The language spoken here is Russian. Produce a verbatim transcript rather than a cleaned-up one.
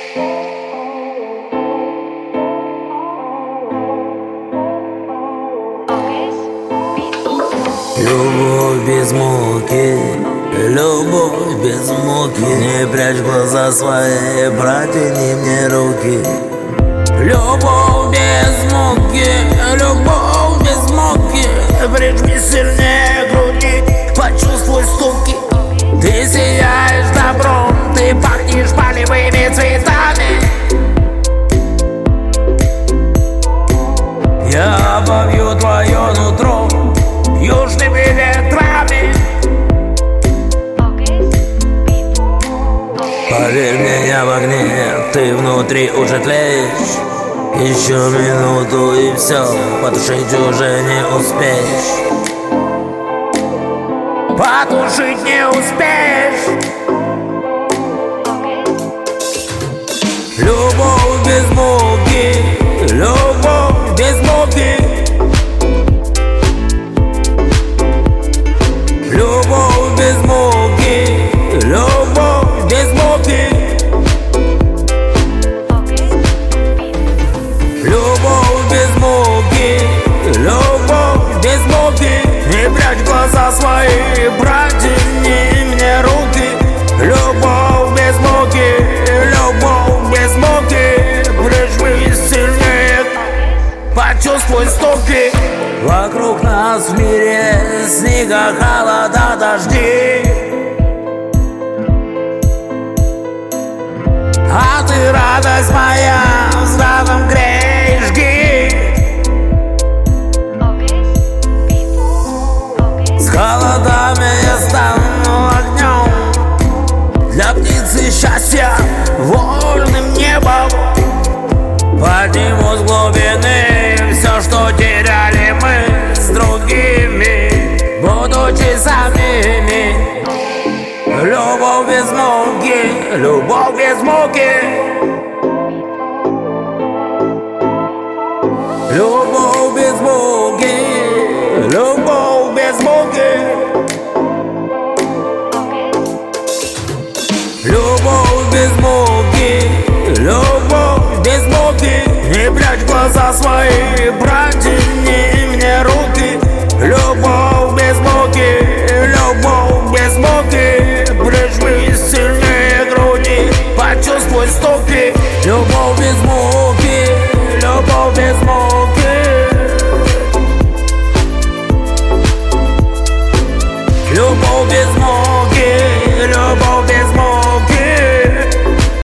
Любовь без муки, любовь без муки. Не прячь глаза свои, протяни мне руки. Любовь без муки, любовь без муки. Прижми сильнее груди, почувствуй стуки. Ты сияешь добром, ты пахнешь полевыми цветами. Я обовью твое нутро южными ветрами. Поверь мне, я в огне, ты внутри уже тлеешь. Еще минуту и все, потушить уже не успеешь. Потушить не успеешь. Любовь без муки, любовь без муки. Любовь без муки, любовь без муки. Любовь без муки, любовь без муки. Не прячь глаза свои, протяни мне руки. Любовь без муки, любовь без муки. Прижми сильнее, почувствуй стуки. Вокруг нас в мире снега, холода, дожди. А ты, радость моя, взглядом греешь гиб. С холодами я стану огнем, для птицы счастья вольным небом. Подниму с глубины все, что теряли мы с другими, будучи самими. Любовь без муки, любовь без муки. Любовь без муки, любовь без муки. Любовь без муки, любовь без муки. Не прячь глаза свои, протяни мне руки. Любовь без муки, любовь без муки. Прижми сильнее груди, почувствуй стуки. Любовь без муки.